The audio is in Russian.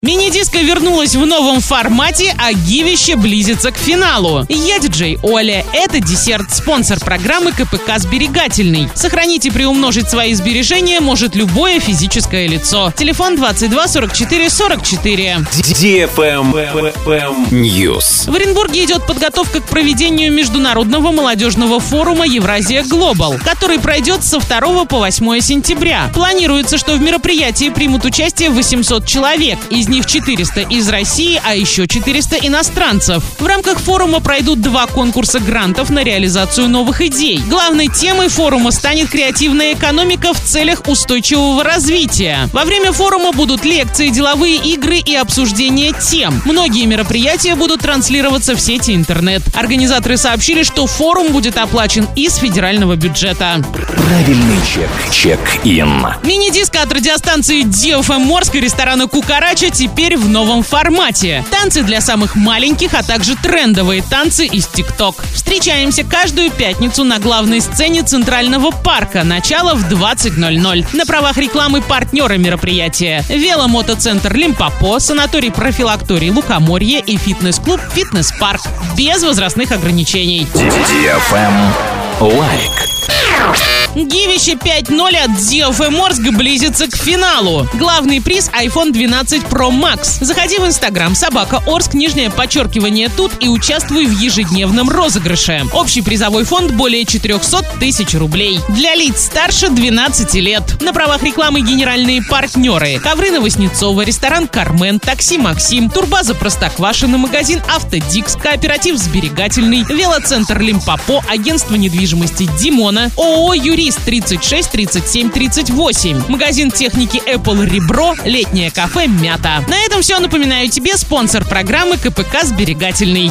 Мини-диско вернулась в новом формате, а гивище близится к финалу. Я диджей Оля. Это десерт, спонсор программы КПК «Сберегательный». Сохранить и приумножить свои сбережения может любое физическое лицо. Телефон 22 44 44. News. В Оренбурге идет подготовка к проведению международного молодежного форума «Евразия Глобал», который пройдет со 2 по 8 сентября. Планируется, что в мероприятии примут участие 800 человек. Из них 400 из России, а еще 400 иностранцев. В рамках форума пройдут 2 конкурса грантов на реализацию новых идей. Главной темой форума станет креативная экономика в целях устойчивого развития. Во время форума будут лекции, деловые игры и обсуждение тем. Многие мероприятия будут транслироваться в сети интернет. Организаторы сообщили, что форум будет оплачен из федерального бюджета. Правильный чек. Чек-ин. Мини-диско от радиостанции DFM Орск и ресторана Кукарача теперь в новом формате. Танцы для самых маленьких, а также трендовые танцы из ТикТок. Встречаемся каждую пятницу на главной сцене Центрального парка. Начало в 20:00. На правах рекламы партнеры мероприятия: веломотоцентр Лимпопо, санаторий-профилакторий Лукоморье и фитнес-клуб «Фитнес-парк». Без возрастных ограничений. DFM лайк. Гивище 5.0 от DFM Орск близится к финалу. Главный приз — iPhone 12 Pro Max. Заходи в Instagram _Орск, _тут и участвуй в ежедневном розыгрыше. Общий призовой фонд более 400 тысяч рублей. Для лиц старше 12 лет. На правах рекламы генеральные партнеры: ковры Новоснецова, ресторан Кармен, такси Максим, турбаза Простоквашино, магазин Автодикс, кооператив Сберегательный, велоцентр Лимпопо, агентство недвижимости Димона, ООО «Юрист» 36 37 38, магазин техники Apple Ребро, летнее кафе Мята. На этом все. Напоминаю тебе, спонсор программы КПК «Сберегательный».